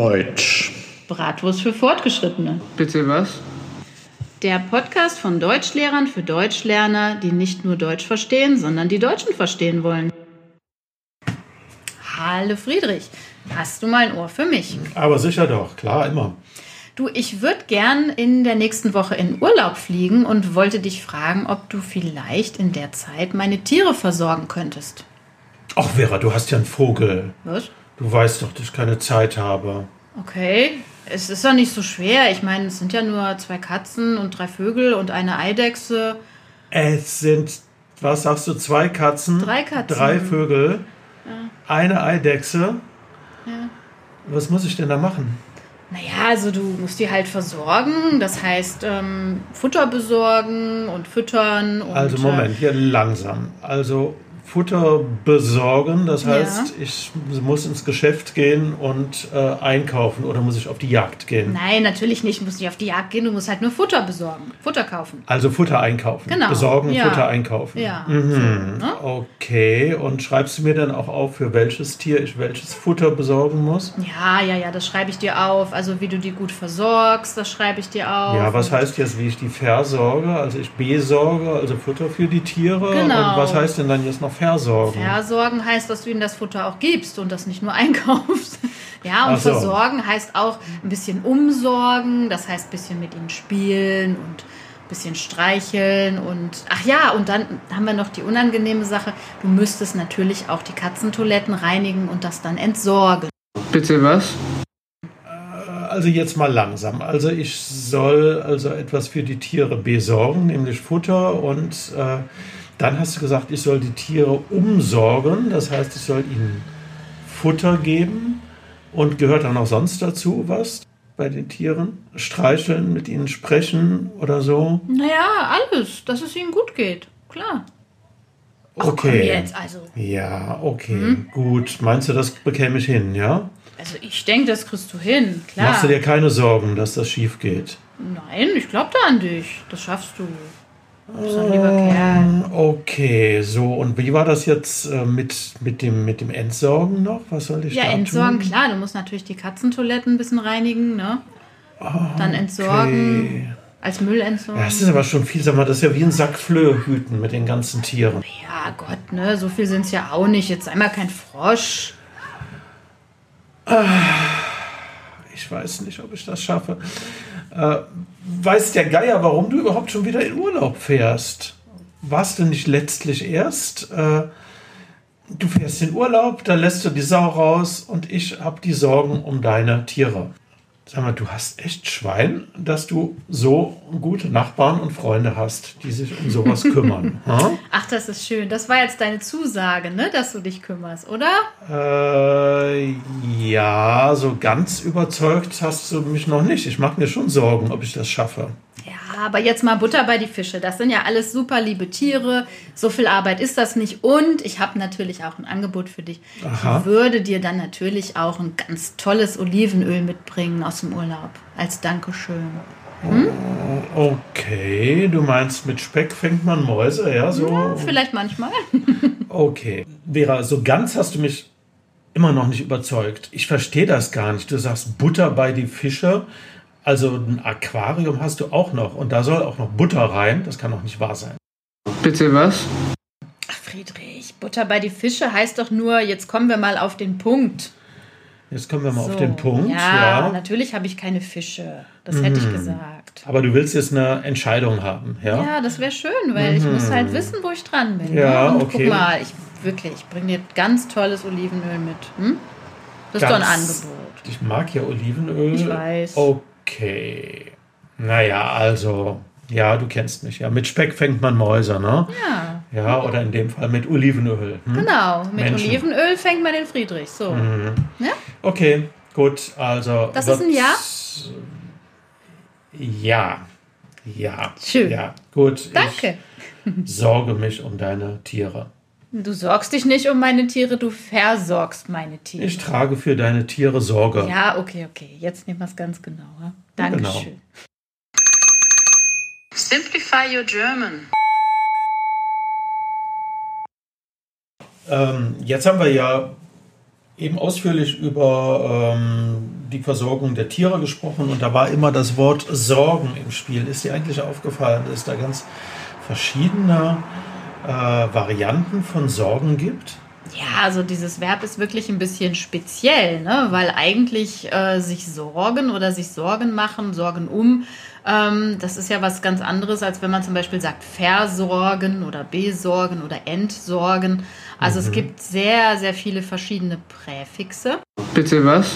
Deutsch. Bratwurst für Fortgeschrittene. Bitte was? Der Podcast von Deutschlehrern für Deutschlerner, die nicht nur Deutsch verstehen, sondern die Deutschen verstehen wollen. Hallo Friedrich, hast du mal ein Ohr für mich? Aber sicher doch, klar, immer. Du, ich würde gern in der nächsten Woche in Urlaub fliegen und wollte dich fragen, ob du vielleicht in der Zeit meine Tiere versorgen könntest. Ach Vera, du hast ja einen Vogel. Was? Du weißt doch, dass ich keine Zeit habe. Okay, es ist doch nicht so schwer. Ich meine, es sind ja nur 2 Katzen und 3 Vögel und eine Eidechse. Es sind, was sagst du, 2 Katzen, 3 Katzen. 3 Vögel, Ja. eine Eidechse. Ja. Was muss ich denn da machen? Naja, also du musst die halt versorgen, das heißt Futter besorgen und füttern. Und, Also Moment, hier langsam. Also Futter besorgen, das Ja. heißt, ich muss ins Geschäft gehen und einkaufen oder muss ich auf die Jagd gehen? Nein, natürlich nicht, du musst nicht auf die Jagd gehen, du musst halt nur Futter besorgen, Futter kaufen. Also Futter einkaufen. Genau. Besorgen, Ja. Futter einkaufen. Ja. Mhm. So, ne? Okay, und schreibst du mir dann auch auf, für welches Tier ich welches Futter besorgen muss? Ja, das schreibe ich dir auf. Also wie du die gut versorgst, das schreibe ich dir auf. Ja, was heißt jetzt, wie ich die versorge? Also ich besorge, also Futter für die Tiere. Genau. Und was heißt denn dann jetzt noch versorgen? Versorgen heißt, dass du ihnen das Futter auch gibst und das nicht nur einkaufst. Ja, und Ach so. versorgen heißt auch ein bisschen umsorgen, das heißt ein bisschen mit ihnen spielen und ein bisschen streicheln und ach ja, und dann haben wir noch die unangenehme Sache, du müsstest natürlich auch die Katzentoiletten reinigen und das dann entsorgen. Bitte was? Also jetzt mal langsam. Also ich soll also etwas für die Tiere besorgen, nämlich Futter und dann hast du gesagt, ich soll die Tiere umsorgen. Das heißt, ich soll ihnen Futter geben und gehört dann auch sonst dazu was bei den Tieren? Streicheln, mit ihnen sprechen oder so? Naja, alles, dass es ihnen gut geht, klar. Ach, komm Okay. jetzt, also. Ja, okay, gut. Meinst du, das bekäme ich hin, ja? Also ich denke, das kriegst du hin, klar. Machst du dir keine Sorgen, dass das schief geht? Nein, ich glaube da an dich, das schaffst du. Du bist ein lieber Kerl. Okay, so, und wie war das jetzt mit dem Entsorgen noch? Was soll ich Ja, da entsorgen, tun? klar. Du musst natürlich die Katzentoiletten ein bisschen reinigen, ne? Dann entsorgen, als Müll entsorgen. Ja, das ist aber schon viel, sag mal, das ist ja wie ein Sack Flöhe hüten mit den ganzen Tieren. Ja, Gott, ne? So viel sind es ja auch nicht. Jetzt einmal kein Frosch. Ich weiß nicht, ob ich das schaffe. Weiß der Geier, warum du überhaupt schon wieder in Urlaub fährst? Warst du nicht letztlich erst? Du fährst in Urlaub, da lässt du die Sau raus und ich habe die Sorgen um deine Tiere. Sag mal, du hast echt Schwein, dass du so gute Nachbarn und Freunde hast, die sich um sowas kümmern. Ha? Ach, das ist schön. Das war jetzt deine Zusage, ne? Dass du dich kümmerst, oder? Ja, so ganz überzeugt hast du mich noch nicht. Ich mache mir schon Sorgen, ob ich das schaffe. Ja, aber jetzt mal Butter bei die Fische. Das sind ja alles super liebe Tiere. So viel Arbeit ist das nicht. Und ich habe natürlich auch ein Angebot für dich. Aha. Ich würde dir dann natürlich auch ein ganz tolles Olivenöl mitbringen aus dem Urlaub. Als Dankeschön. Okay, du meinst, mit Speck fängt man Mäuse, ja? So. Ja, vielleicht manchmal. Okay. Vera, so ganz hast du mich immer noch nicht überzeugt. Ich verstehe das gar nicht. Du sagst Butter bei die Fische. Also ein Aquarium hast du auch noch. Und da soll auch noch Butter rein. Das kann doch nicht wahr sein. Bitte was? Ach, Friedrich, Butter bei die Fische heißt doch nur, jetzt kommen wir mal auf den Punkt. Jetzt kommen wir mal So. auf den Punkt. Ja, natürlich habe ich keine Fische. Das hätte ich gesagt. Aber du willst jetzt eine Entscheidung haben, ja? Ja, das wäre schön, weil ich muss halt wissen, wo ich dran bin. Ja, ne? Und okay. guck mal, ich bringe dir ganz tolles Olivenöl mit. Hm? Das ist doch ein Angebot. Ich mag ja Olivenöl. Ich weiß. Okay. Naja, also, ja, du kennst mich. Ja, mit Speck fängt man Mäuse, ne? Ja, Ja, oder in dem Fall mit Olivenöl. Hm? genau. Mit Menschen. Olivenöl fängt man den Friedrich. So. Ja? Okay, gut, also. Das ist ein Ja? Ja. Ja. Schön. Ja, gut. Danke. Ich sorge mich um deine Tiere. Du sorgst dich nicht um meine Tiere, du versorgst meine Tiere. Ich trage für deine Tiere Sorge. Ja, okay. Jetzt nehmen wir es ganz genauer. Dankeschön. Simplify your German. Jetzt haben wir ja eben ausführlich über die Versorgung der Tiere gesprochen und da war immer das Wort Sorgen im Spiel. Ist dir eigentlich aufgefallen, dass es da ganz verschiedene Varianten von Sorgen gibt? Ja, also dieses Verb ist wirklich ein bisschen speziell, ne? Weil eigentlich sich sorgen oder sich Sorgen machen, Sorgen das ist ja was ganz anderes, als wenn man zum Beispiel sagt versorgen oder besorgen oder entsorgen. Also es gibt sehr, sehr viele verschiedene Präfixe. Bitte was?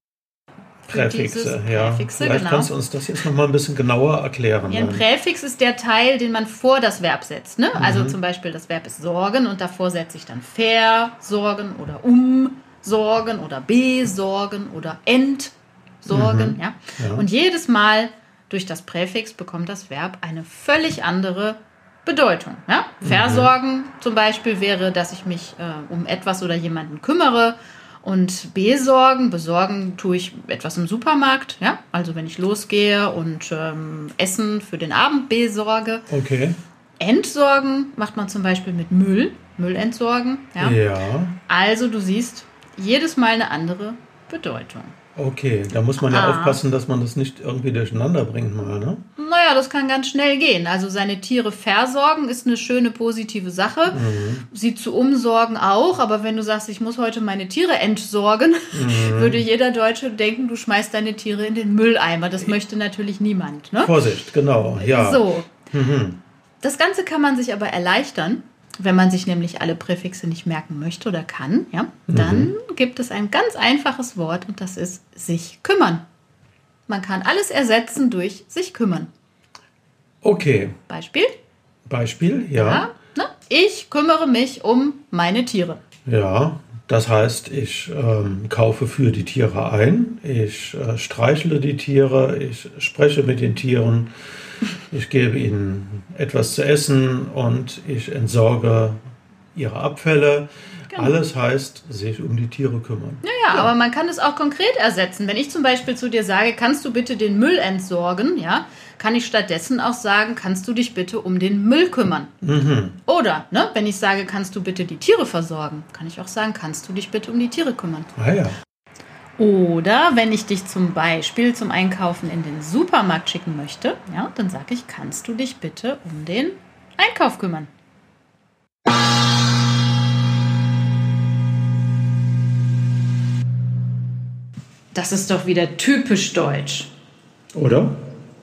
Präfixe, ja. Präfixe, Vielleicht genau. kannst du uns das jetzt noch mal ein bisschen genauer erklären. Ja, ein Präfix ist der Teil, den man vor das Verb setzt. Ne? Also zum Beispiel das Verb ist sorgen und davor setze ich dann versorgen oder umsorgen oder besorgen oder entsorgen. Ja? Ja. Und jedes Mal durch das Präfix bekommt das Verb eine völlig andere Bedeutung. Ja? Versorgen zum Beispiel wäre, dass ich mich um etwas oder jemanden kümmere. Und besorgen tue ich etwas im Supermarkt. Ja? Also wenn ich losgehe und Essen für den Abend besorge. Okay. Entsorgen macht man zum Beispiel mit Müll entsorgen. Ja? Ja. Also du siehst jedes Mal eine andere Bedeutung. Okay, da muss man ja aufpassen, dass man das nicht irgendwie durcheinander bringt mal, ne? Naja, das kann ganz schnell gehen. Also seine Tiere versorgen ist eine schöne positive Sache. Sie zu umsorgen auch. Aber wenn du sagst, ich muss heute meine Tiere entsorgen, würde jeder Deutsche denken, du schmeißt deine Tiere in den Mülleimer. Das möchte natürlich niemand. Ne? Vorsicht, genau, ja. So. Das Ganze kann man sich aber erleichtern. Wenn man sich nämlich alle Präfixe nicht merken möchte oder kann, ja, dann gibt es ein ganz einfaches Wort und das ist sich kümmern. Man kann alles ersetzen durch sich kümmern. Okay, Beispiel? ja. Ja, ne? Ich kümmere mich um meine Tiere. Ja, das heißt, ich kaufe für die Tiere ein, ich streichle die Tiere, ich spreche mit den Tieren, ich gebe ihnen etwas zu essen und ich entsorge ihre Abfälle. Genau. Alles heißt, sich um die Tiere kümmern. Ja, aber man kann es auch konkret ersetzen. Wenn ich zum Beispiel zu dir sage, kannst du bitte den Müll entsorgen, ja, kann ich stattdessen auch sagen, kannst du dich bitte um den Müll kümmern. Oder, ne, wenn ich sage, kannst du bitte die Tiere versorgen, kann ich auch sagen, kannst du dich bitte um die Tiere kümmern. Ah ja. Oder wenn ich dich zum Beispiel zum Einkaufen in den Supermarkt schicken möchte, ja, dann sage ich, kannst du dich bitte um den Einkauf kümmern. Das ist doch wieder typisch deutsch. Oder?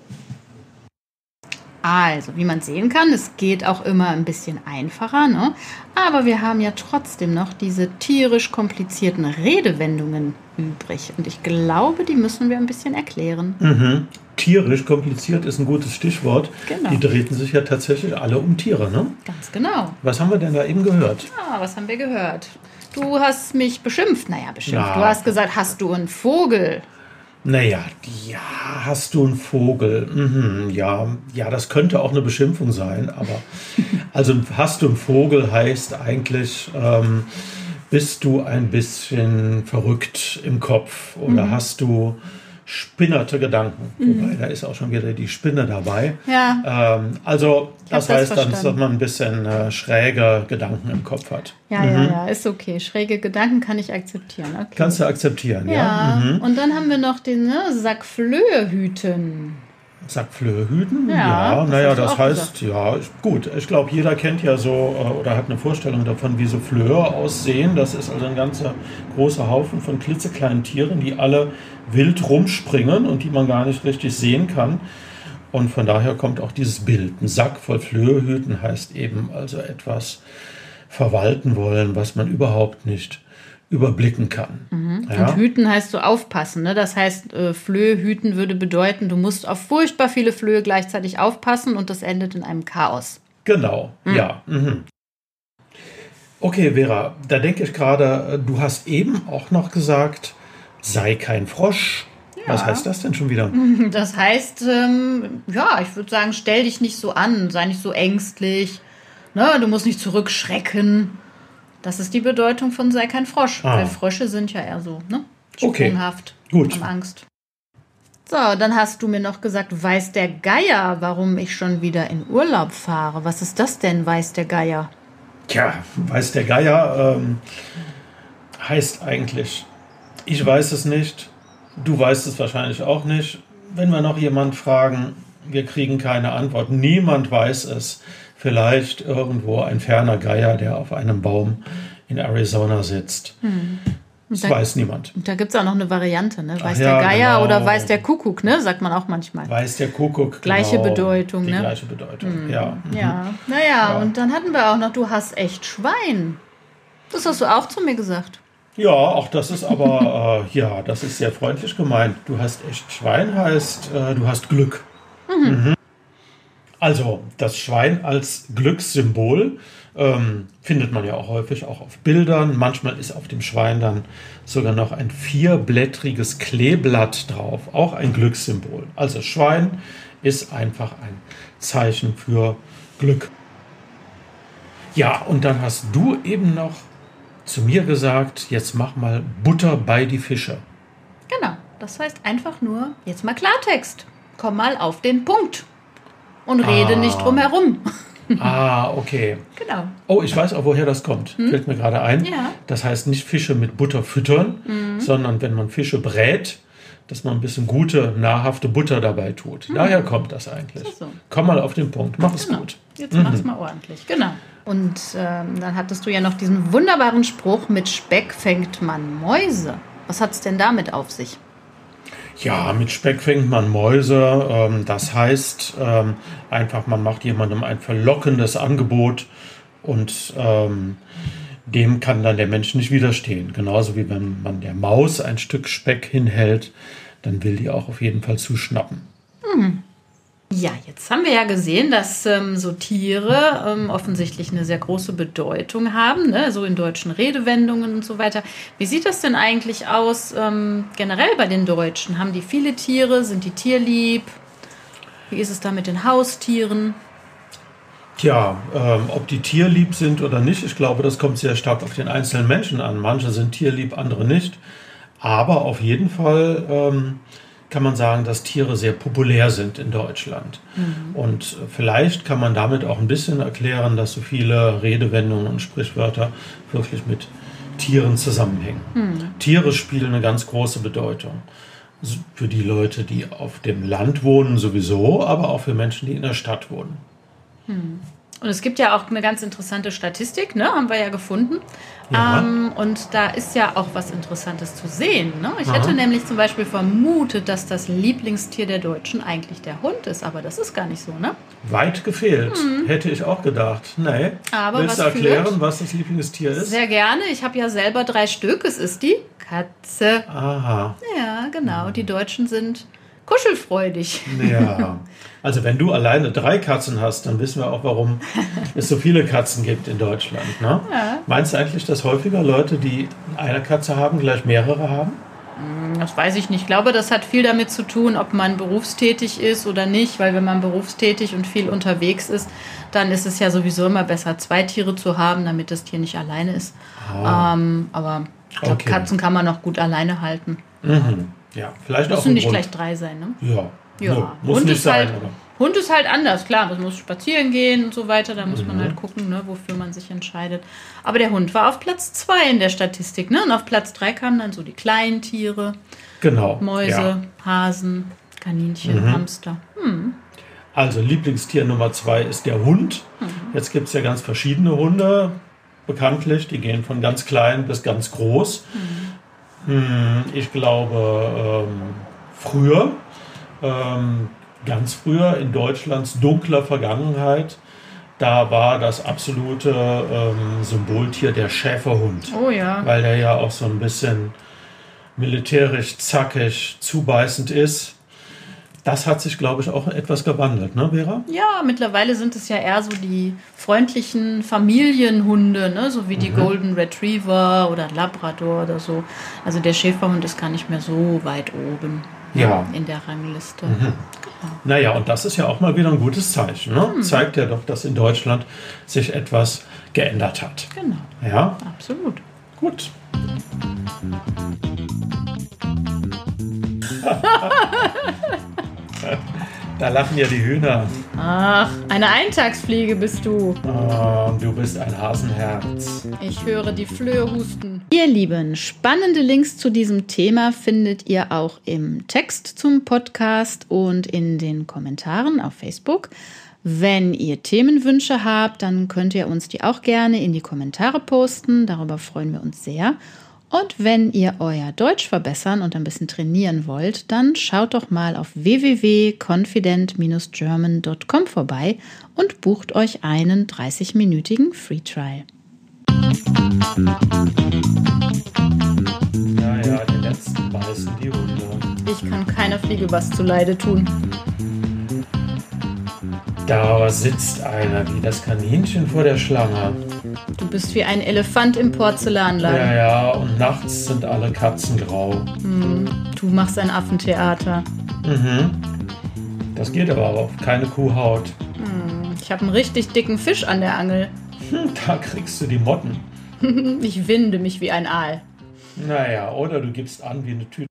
Also, wie man sehen kann, es geht auch immer ein bisschen einfacher, ne? Aber wir haben ja trotzdem noch diese tierisch komplizierten Redewendungen übrig. Und ich glaube, die müssen wir ein bisschen erklären. Tierisch kompliziert ist ein gutes Stichwort. Genau. Die drehten sich ja tatsächlich alle um Tiere, ne? Ganz genau. Was haben wir denn da eben gehört? Ah, was haben wir gehört? Du hast mich beschimpft. Naja, beschimpft. Na. Du hast gesagt, hast du einen Vogel? Naja, ja, hast du einen Vogel? Ja, das könnte auch eine Beschimpfung sein, aber also hast du einen Vogel heißt eigentlich, bist du ein bisschen verrückt im Kopf oder hast du spinnerte Gedanken? Wobei, da ist auch schon wieder die Spinne dabei. Ja. Also das hab das heißt dann, verstanden. dass man ein bisschen schräge Gedanken im Kopf hat. Ja, ist okay. Schräge Gedanken kann ich akzeptieren. Okay. Kannst du akzeptieren, ja? Ja, und dann haben wir noch den Sack Flöhe hüten. Sackflöhe hüten? Ja, das naja, hast du das auch heißt, gut, ich glaube, jeder kennt ja so oder hat eine Vorstellung davon, wie so Flöhe aussehen. Das ist also ein ganzer großer Haufen von klitzekleinen Tieren, die alle wild rumspringen und die man gar nicht richtig sehen kann. Und von daher kommt auch dieses Bild. Ein Sack voll Flöhe hüten heißt eben also etwas verwalten wollen, was man überhaupt nicht überblicken kann. Ja? Und hüten heißt so aufpassen. Ne? Das heißt, Flöhe hüten würde bedeuten, du musst auf furchtbar viele Flöhe gleichzeitig aufpassen und das endet in einem Chaos. Genau, ja. Okay, Vera, da denke ich gerade, du hast eben auch noch gesagt, sei kein Frosch. Ja. Was heißt das denn schon wieder? Das heißt, ich würde sagen, stell dich nicht so an, sei nicht so ängstlich, ne? Du musst nicht zurückschrecken. Das ist die Bedeutung von sei kein Frosch. Weil Frösche sind ja eher so, ne? Okay, Sprunghaft, gut. haben Angst. So, dann hast du mir noch gesagt, weiß der Geier, warum ich schon wieder in Urlaub fahre. Was ist das denn, weiß der Geier? Tja, weiß der Geier heißt eigentlich, ich weiß es nicht, Du weißt es wahrscheinlich auch nicht. Wenn wir noch jemanden fragen, wir kriegen keine Antwort. Niemand weiß es. Vielleicht irgendwo ein ferner Geier, der auf einem Baum in Arizona sitzt. Das weiß niemand. Da gibt es auch noch eine Variante, ne? Weiß ja, der Geier genau. oder weiß der Kuckuck, ne? Sagt man auch manchmal. Weiß der Kuckuck. Gleiche genau, Bedeutung, die ne? gleiche Bedeutung, ja. Ja, naja, und dann hatten wir auch noch, du hast echt Schwein. Das hast du auch zu mir gesagt. Ja, auch das ist aber, ja, das ist sehr freundlich gemeint. Du hast echt Schwein, heißt, du hast Glück. Also, das Schwein als Glückssymbol findet man ja auch häufig auch auf Bildern. Manchmal ist auf dem Schwein dann sogar noch ein 4-blättriges Kleeblatt drauf, auch ein Glückssymbol. Also Schwein ist einfach ein Zeichen für Glück. Ja, und dann hast du eben noch zu mir gesagt, jetzt mach mal Butter bei die Fische. Genau, das heißt einfach nur, jetzt mal Klartext. Komm mal auf den Punkt. Und rede nicht drum herum. Okay. Genau. Oh, ich weiß auch, woher das kommt. Fällt mir gerade ein. Ja. Das heißt nicht Fische mit Butter füttern, sondern wenn man Fische brät, dass man ein bisschen gute, nahrhafte Butter dabei tut. Daher kommt das eigentlich. So. Komm mal auf den Punkt. Mach es Genau. gut. Jetzt mach's mal ordentlich. Genau. Und dann hattest du ja noch diesen wunderbaren Spruch, mit Speck fängt man Mäuse. Was hat's denn damit auf sich? Ja, mit Speck fängt man Mäuse. Das heißt einfach, man macht jemandem ein verlockendes Angebot und dem kann dann der Mensch nicht widerstehen. Genauso wie wenn man der Maus ein Stück Speck hinhält, dann will die auch auf jeden Fall zuschnappen. Ja, jetzt haben wir ja gesehen, dass so Tiere offensichtlich eine sehr große Bedeutung haben, ne? So in deutschen Redewendungen und so weiter. Wie sieht das denn eigentlich aus generell bei den Deutschen? Haben die viele Tiere? Sind die tierlieb? Wie ist es da mit den Haustieren? Tja, ob die tierlieb sind oder nicht, ich glaube, das kommt sehr stark auf den einzelnen Menschen an. Manche sind tierlieb, andere nicht. Aber auf jeden Fall kann man sagen, dass Tiere sehr populär sind in Deutschland. Und vielleicht kann man damit auch ein bisschen erklären, dass so viele Redewendungen und Sprichwörter wirklich mit Tieren zusammenhängen. Tiere spielen eine ganz große Bedeutung. Für die Leute, die auf dem Land wohnen sowieso, aber auch für Menschen, die in der Stadt wohnen. Und es gibt ja auch eine ganz interessante Statistik, ne? Haben wir ja gefunden. Ja. Und da ist ja auch was Interessantes zu sehen. Ne? Ich hätte nämlich zum Beispiel vermutet, dass das Lieblingstier der Deutschen eigentlich der Hund ist. Aber das ist gar nicht so, ne? Weit gefehlt, hätte ich auch gedacht. Nee. Aber willst du was erklären, führt? was das Lieblingstier ist? Sehr gerne. Ich habe ja selber 3 Stück. Es ist die Katze. Aha. Ja, genau. Die Deutschen sind kuschelfreudig. Ja. Also wenn du alleine 3 Katzen hast, dann wissen wir auch, warum es so viele Katzen gibt in Deutschland. Ne? Ja. Meinst du eigentlich, dass häufiger Leute, die eine Katze haben, gleich mehrere haben? Das weiß ich nicht. Ich glaube, das hat viel damit zu tun, ob man berufstätig ist oder nicht. Weil wenn man berufstätig und viel unterwegs ist, dann ist es ja sowieso immer besser, 2 Tiere zu haben, damit das Tier nicht alleine ist. Aber ich glaube, Okay. Katzen kann man noch gut alleine halten. Ja, vielleicht auch Müssen ein nicht Grund. gleich 3 sein, ne? Ja, Ja. Nö, muss nicht sein. Aber. Hund ist halt anders, klar. Man muss spazieren gehen und so weiter. Da muss man halt gucken, ne, wofür man sich entscheidet. Aber der Hund war auf Platz 2 in der Statistik. Ne? Und auf Platz 3 kamen dann so die kleinen Tiere. Genau. Mäuse, Ja. Hasen, Kaninchen, Hamster. Also Lieblingstier Nummer 2 ist der Hund. Jetzt gibt es ja ganz verschiedene Hunde, bekanntlich. Die gehen von ganz klein bis ganz groß. Ich glaube, früher, ganz früher in Deutschlands dunkler Vergangenheit, da war das absolute Symboltier der Schäferhund. Oh ja. Weil der ja auch so ein bisschen militärisch, zackig, zubeißend ist. Das hat sich, glaube ich, auch etwas gewandelt, ne, Vera? Ja, mittlerweile sind es ja eher so die freundlichen Familienhunde, ne? So wie die Golden Retriever oder Labrador oder so. Also der Schäferhund ist gar nicht mehr so weit oben Ja. in der Rangliste. Naja, und das ist ja auch mal wieder ein gutes Zeichen. Ne? Zeigt ja doch, dass in Deutschland sich etwas geändert hat. Genau, Ja, absolut. gut. Da lachen ja die Hühner. Ach, eine Eintagsfliege bist du. Oh, du bist ein Hasenherz. Ich höre die Flöhe husten. Ihr Lieben, spannende Links zu diesem Thema findet ihr auch im Text zum Podcast und in den Kommentaren auf Facebook. Wenn ihr Themenwünsche habt, dann könnt ihr uns die auch gerne in die Kommentare posten. Darüber freuen wir uns sehr. Und wenn ihr euer Deutsch verbessern und ein bisschen trainieren wollt, dann schaut doch mal auf www.confident-german.com vorbei und bucht euch einen 30-minütigen Free Trial. Naja, die letzten beißen die Hunde. Ich kann keiner Fliege was zuleide tun. Da sitzt einer wie das Kaninchen vor der Schlange. Du bist wie ein Elefant im Porzellanladen. Ja, und nachts sind alle Katzen grau. Du machst ein Affentheater. Das geht aber auf keine Kuhhaut. Ich habe einen richtig dicken Fisch an der Angel. Da kriegst du die Motten. Ich winde mich wie ein Aal. Naja, oder du gibst an wie eine Tüte.